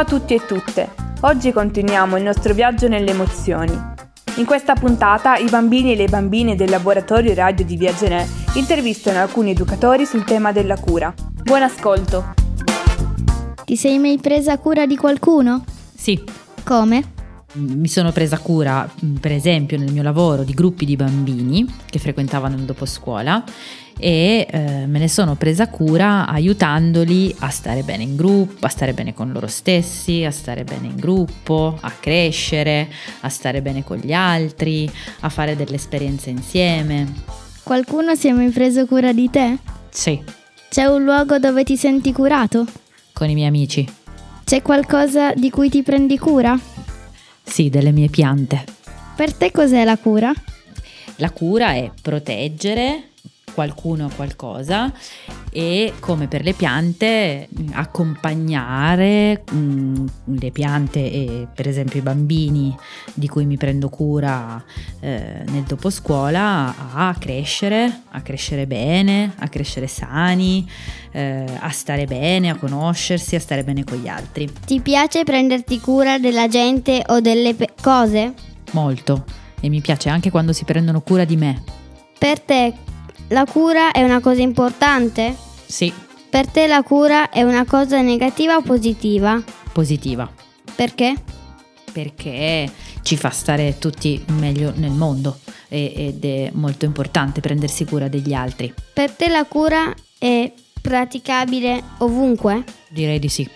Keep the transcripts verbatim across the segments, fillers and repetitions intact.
a tutti e tutte, oggi continuiamo il nostro viaggio nelle emozioni. In questa puntata i bambini e le bambine del laboratorio radio di Via Genè intervistano alcuni educatori sul tema della cura. Buon ascolto! Ti sei mai presa cura di qualcuno? Sì. Come? Mi sono presa cura, per esempio, nel mio lavoro di gruppi di bambini che frequentavano il doposcuola e eh, me ne sono presa cura aiutandoli a stare bene in gruppo, a stare bene con loro stessi, a stare bene in gruppo, a crescere, a stare bene con gli altri, a fare delle esperienze insieme. Qualcuno si è mai preso cura di te? Sì. C'è un luogo dove ti senti curato? Con i miei amici. C'è qualcosa di cui ti prendi cura? Sì, delle mie piante. Per te cos'è la cura? La cura è proteggere qualcuno o qualcosa e, come per le piante, accompagnare mh, le piante e per esempio i bambini di cui mi prendo cura eh, nel doposcuola a crescere, a crescere bene, a crescere sani, eh, a stare bene, a conoscersi, a stare bene con gli altri. Ti piace prenderti cura della gente o delle pe- cose? Molto, e mi piace anche quando si prendono cura di me. Per te la cura è una cosa importante? Sì. Per te la cura è una cosa negativa o positiva? Positiva. Perché? Perché ci fa stare tutti meglio nel mondo ed è molto importante prendersi cura degli altri. Per te la cura è praticabile ovunque? Direi di sì.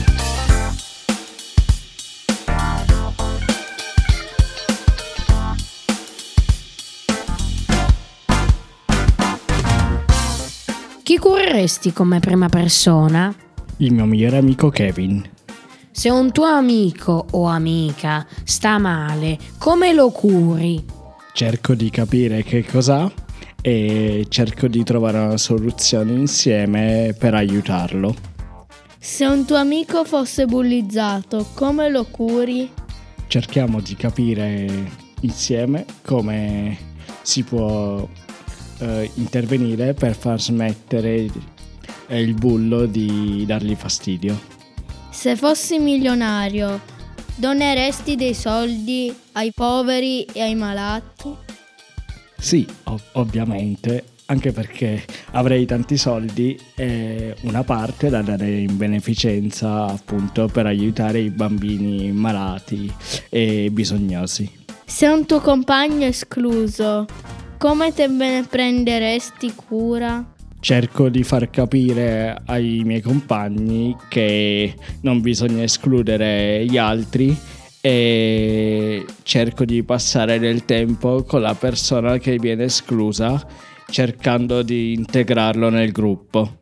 Chi cureresti come prima persona? Il mio migliore amico Kevin. Se un tuo amico o amica sta male, come lo curi? Cerco di capire che cos'ha e cerco di trovare una soluzione insieme per aiutarlo. Se un tuo amico fosse bullizzato, come lo curi? Cerchiamo di capire insieme come si può Uh, intervenire per far smettere eh, il bullo di dargli fastidio. Se fossi milionario, doneresti dei soldi ai poveri e ai malati? Sì, ov- ovviamente, anche perché avrei tanti soldi e una parte da dare in beneficenza appunto per aiutare i bambini malati e bisognosi. Se un tuo compagno è escluso, come te ne prenderesti cura? Cerco di far capire ai miei compagni che non bisogna escludere gli altri e cerco di passare del tempo con la persona che viene esclusa, cercando di integrarlo nel gruppo.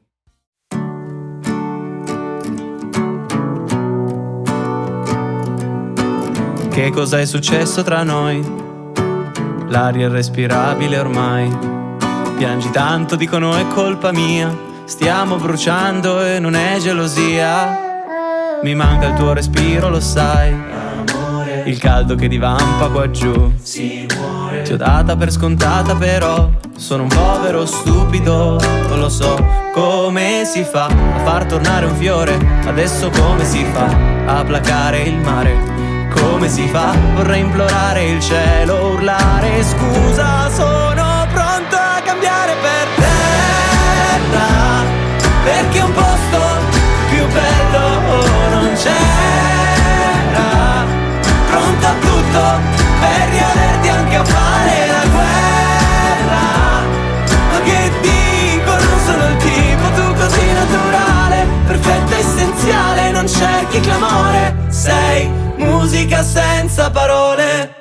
Che cosa è successo tra noi? L'aria è irrespirabile ormai. Piangi tanto, dicono è colpa mia. Stiamo bruciando e non è gelosia. Mi manca il tuo respiro, lo sai. Amore, il caldo che divampa qua giù. Si muore. Ti ho data per scontata però sono un povero stupido. Non lo so come si fa a far tornare un fiore. Adesso come si fa a placare il mare? Come si fa? Vorrei implorare il cielo, urlare scusa, sono pronto a cambiare per terra, perché un posto più bello non c'era. Pronto a tutto per riaverti anche a fare la guerra. Ma che dico, non sono il tipo, tu così naturale, perfetta, essenziale, non cerchi clamore, sei musica senza parole.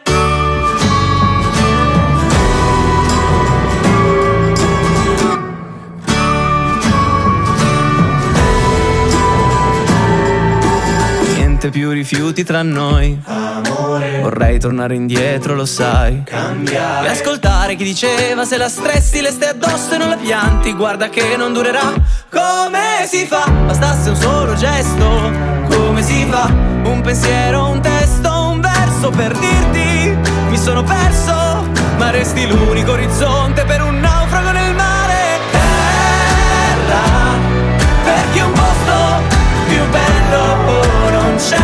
Niente più rifiuti tra noi. Amore, vorrei tornare indietro, lo sai. Cambiare e ascoltare chi diceva se la stressi le stai addosso e non la pianti. Guarda che non durerà. Come si fa? Bastasse un solo gesto. Come si fa? Un pensiero, un testo, un verso per dirti mi sono perso, ma resti l'unico orizzonte per un naufrago nel mare. Terra, perché un posto più bello non c'era.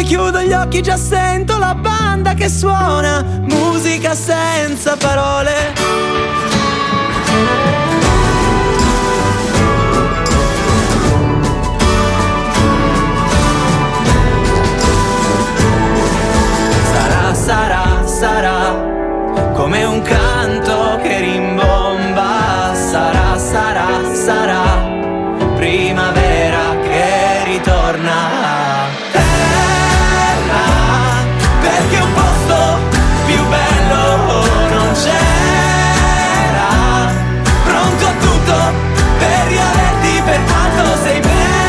chiudo gli occhi, già sento la banda che suona, musica senza parole. Sarà, sarà, sarà come un canto che rimbomba. Sarà, sarà, sarà primavera che ritorna. Perché un posto più bello non c'era, pronto a tutto per riaverti per quanto sei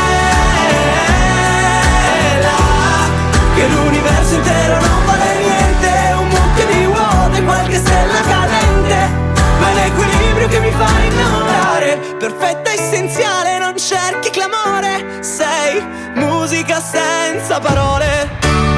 bella, che l'universo intero non vale niente, un mucchio di vuote, qualche stella cadente, ma l'equilibrio che mi fa innamorare, perfetta, essenziale, non cerchi clamore, sei musica senza parole.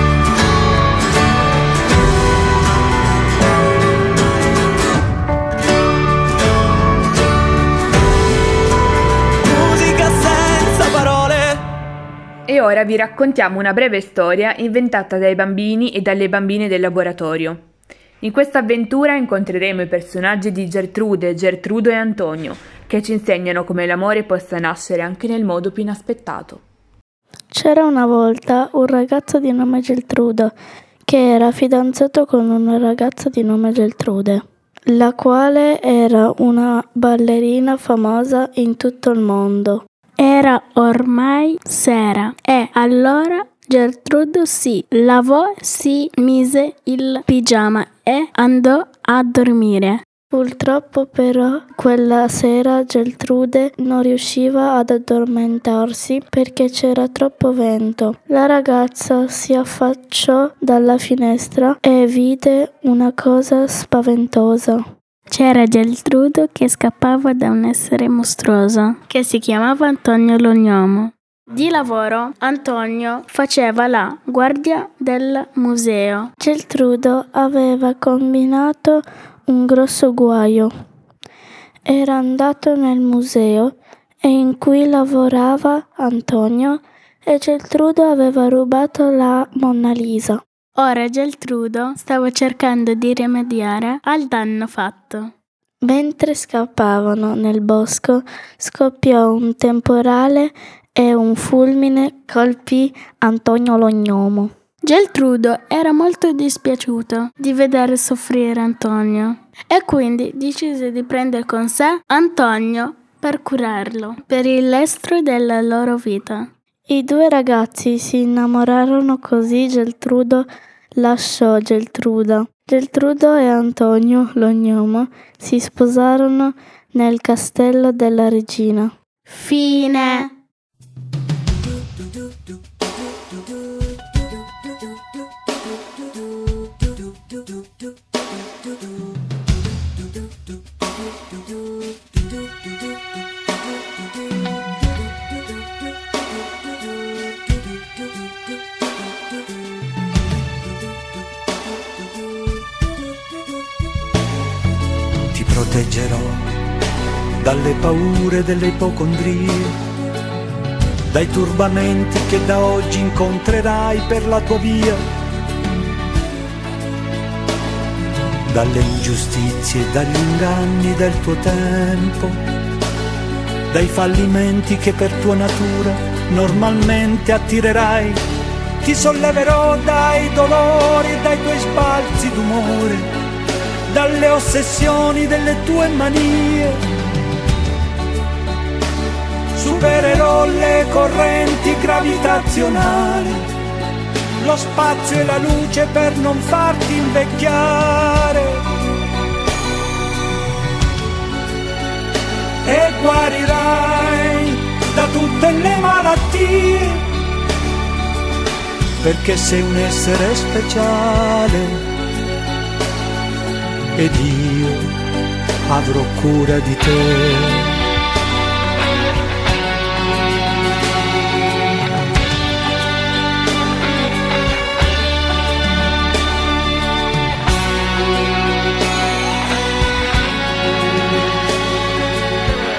E ora vi raccontiamo una breve storia inventata dai bambini e dalle bambine del laboratorio. In questa avventura incontreremo i personaggi di Gertrude, Gertrudo e Antonio, che ci insegnano come l'amore possa nascere anche nel modo più inaspettato. C'era una volta un ragazzo di nome Gertrudo che era fidanzato con una ragazza di nome Gertrude, la quale era una ballerina famosa in tutto il mondo. Era ormai sera e allora Gertrudo si lavò, si mise il pigiama e andò a dormire. Purtroppo però quella sera Gertrude non riusciva ad addormentarsi perché c'era troppo vento. La ragazza si affacciò dalla finestra e vide una cosa spaventosa. C'era Gertrudo che scappava da un essere mostruoso che si chiamava Antonio lo gnomo. Di lavoro Antonio faceva la guardia del museo. Gertrudo aveva combinato un grosso guaio. Era andato nel museo e in cui lavorava Antonio e Gertrudo aveva rubato la Monna Lisa. Ora Gertrudo stava cercando di rimediare al danno fatto. Mentre scappavano nel bosco, scoppiò un temporale e un fulmine colpì Antonio lo gnomo. Gertrudo era molto dispiaciuto di vedere soffrire Antonio e quindi decise di prendere con sé Antonio per curarlo per il resto della loro vita. I due ragazzi si innamorarono così Gertrudo lasciò Gertruda. Gertrudo e Antonio lo gnomo si sposarono nel castello della regina. Fine. Proteggerò dalle paure delle ipocondrie, dai turbamenti che da oggi incontrerai per la tua via, dalle ingiustizie e dagli inganni del tuo tempo, dai fallimenti che per tua natura normalmente attirerai. Ti solleverò dai dolori e dai tuoi sbalzi d'umore, dalle ossessioni delle tue manie. Supererò le correnti gravitazionali, lo spazio e la luce per non farti invecchiare. E guarirai da tutte le malattie, perché sei un essere speciale. Ed io avrò cura di te.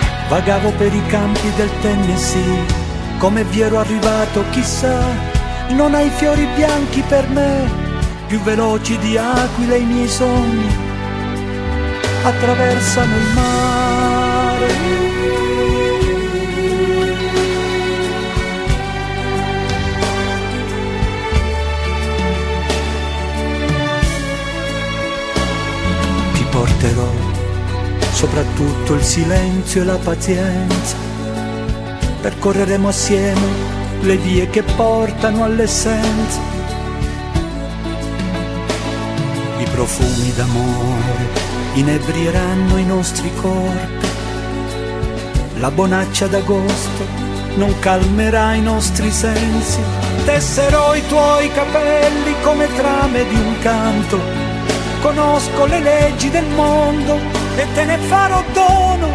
Vagavo per i campi del Tennessee, come vi ero arrivato chissà, non hai fiori bianchi per me, più veloci di aquile i miei sogni attraversano il mare. Porterò soprattutto il silenzio e la pazienza, percorreremo assieme le vie che portano all'essenza, i profumi d'amore inebrieranno i nostri corpi, la bonaccia d'agosto non calmerà i nostri sensi, tesserò i tuoi capelli come trame di un canto, conosco le leggi del mondo e te ne farò dono,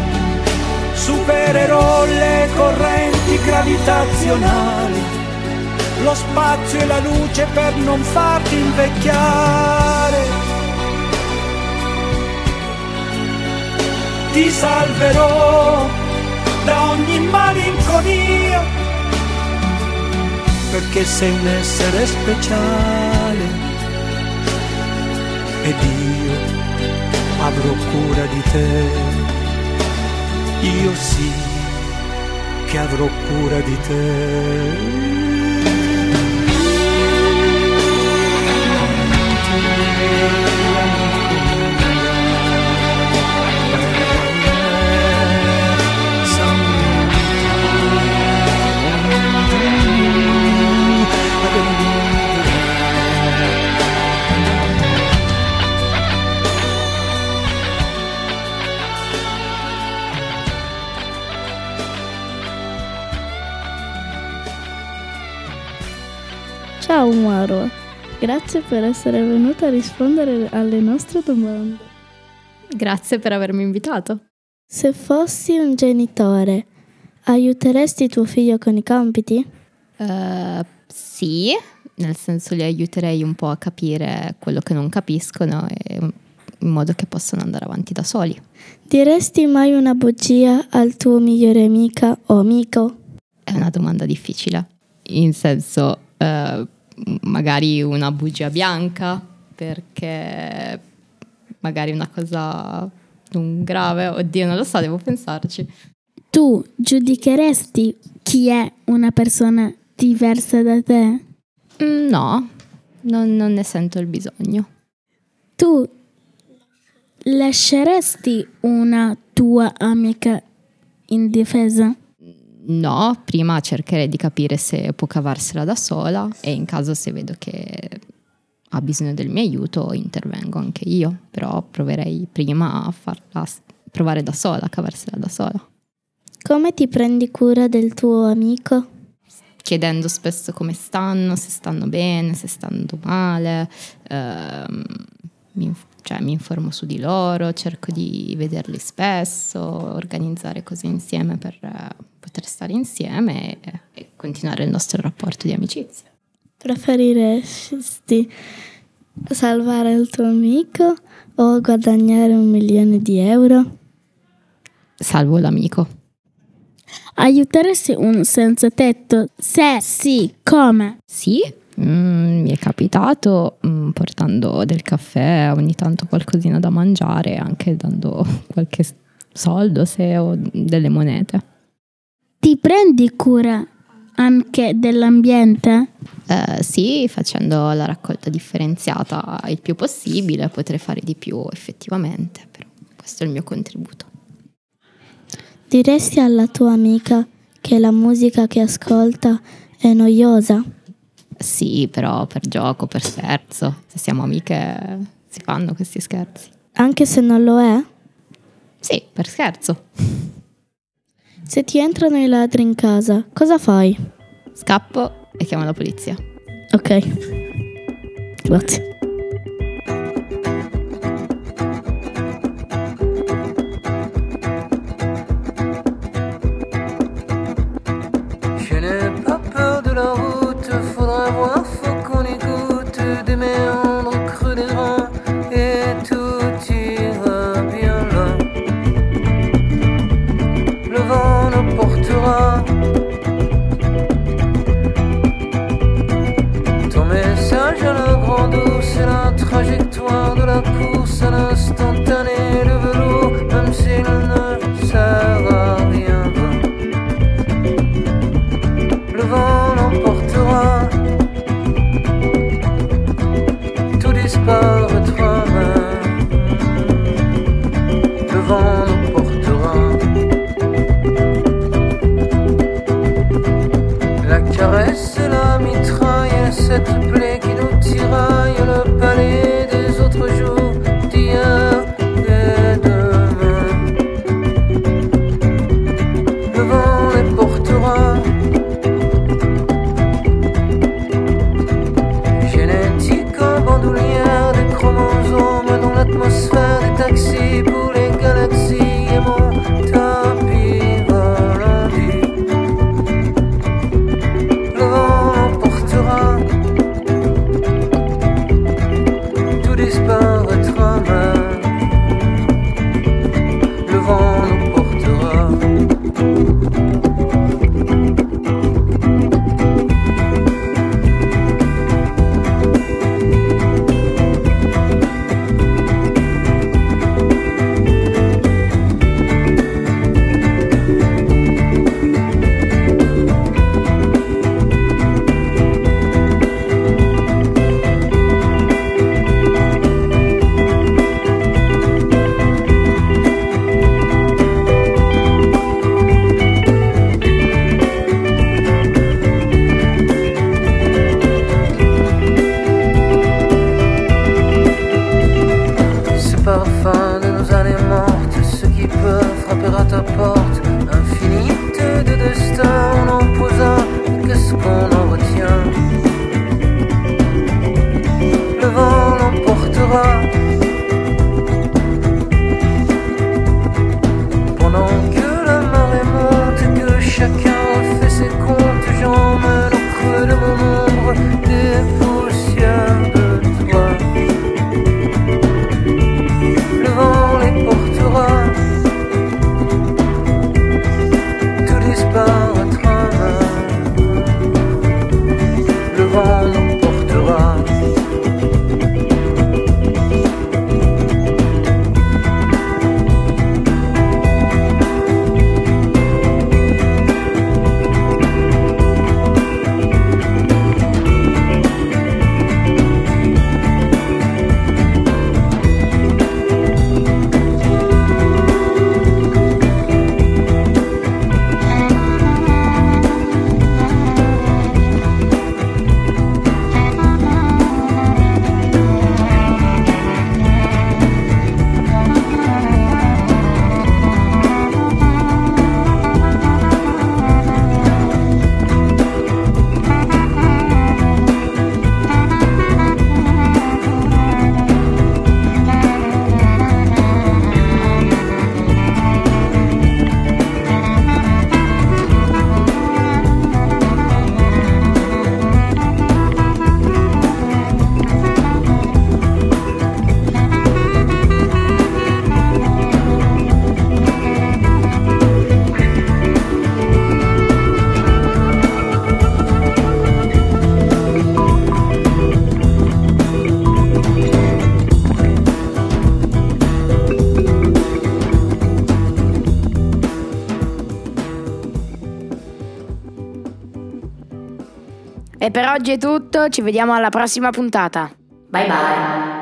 supererò le correnti gravitazionali, lo spazio e la luce per non farti invecchiare. Ti salverò da ogni malinconia, perché sei un essere speciale. Ed io avrò cura di te, io sì che avrò cura di te. Ciao Marwa, grazie per essere venuta a rispondere alle nostre domande. Grazie per avermi invitato. Se fossi un genitore, aiuteresti tuo figlio con i compiti? Uh, sì, nel senso li aiuterei un po' a capire quello che non capiscono e in modo che possano andare avanti da soli. Diresti mai una bugia al tuo migliore amica o amico? È una domanda difficile, in senso uh, magari una bugia bianca, perché magari una cosa non grave, oddio non lo so, devo pensarci. Tu giudicheresti chi è una persona diversa da te? Mm, no, non, non ne sento il bisogno. Tu lasceresti una tua amica indifesa? No, prima cercherei di capire se può cavarsela da sola e in caso se vedo che ha bisogno del mio aiuto intervengo anche io, però proverei prima a farla provare da sola, a cavarsela da sola. Come ti prendi cura del tuo amico? Chiedendo spesso come stanno, se stanno bene, se stanno male, ehm, mi, cioè, mi informo su di loro, cerco di vederli spesso, organizzare cose insieme per eh, poter stare insieme e, e continuare il nostro rapporto di amicizia. Preferiresti salvare il tuo amico o guadagnare un milione di euro? Salvo l'amico. Aiuteresti un senza tetto? Se sì, come? Sì, mm, mi è capitato mm, portando del caffè, ogni tanto qualcosina da mangiare, anche dando qualche soldo se ho delle monete. Ti prendi cura anche dell'ambiente? Eh, sì, facendo la raccolta differenziata il più possibile, potrei fare di più effettivamente, però questo è il mio contributo. Diresti alla tua amica che la musica che ascolta è noiosa? Sì, però per gioco, per scherzo. Se siamo amiche si fanno questi scherzi. Anche se non lo è? Sì, per scherzo. Se ti entrano i ladri in casa, cosa fai? Scappo e chiamo la polizia. Ok. Grazie. La caresse et la mitraille, cette plaie qui nous tiraille, le palais des autres jours, d'hier et demain. Le vent les portera, génétique en bandoulière, des chromosomes dans l'atmosphère, des taxis pour les galaxies et mon tapis volant. Le vent l'emportera, tout disparaîtra même. Le vent l'emportera. Ce parfum de nos années mortes, ceux qui peuvent frapper à ta porte, infinité de destins on en posa, qu'est-ce qu'on en retient? Le vent l'emportera, pendant que la marée monte, que chacun refait ses comptes, j'emmène au creux de mon ombre des poussières de toi. Le vent les portera, tout disparaîtra même. Le vent l'emportera. E per oggi è tutto, ci vediamo alla prossima puntata. Bye bye.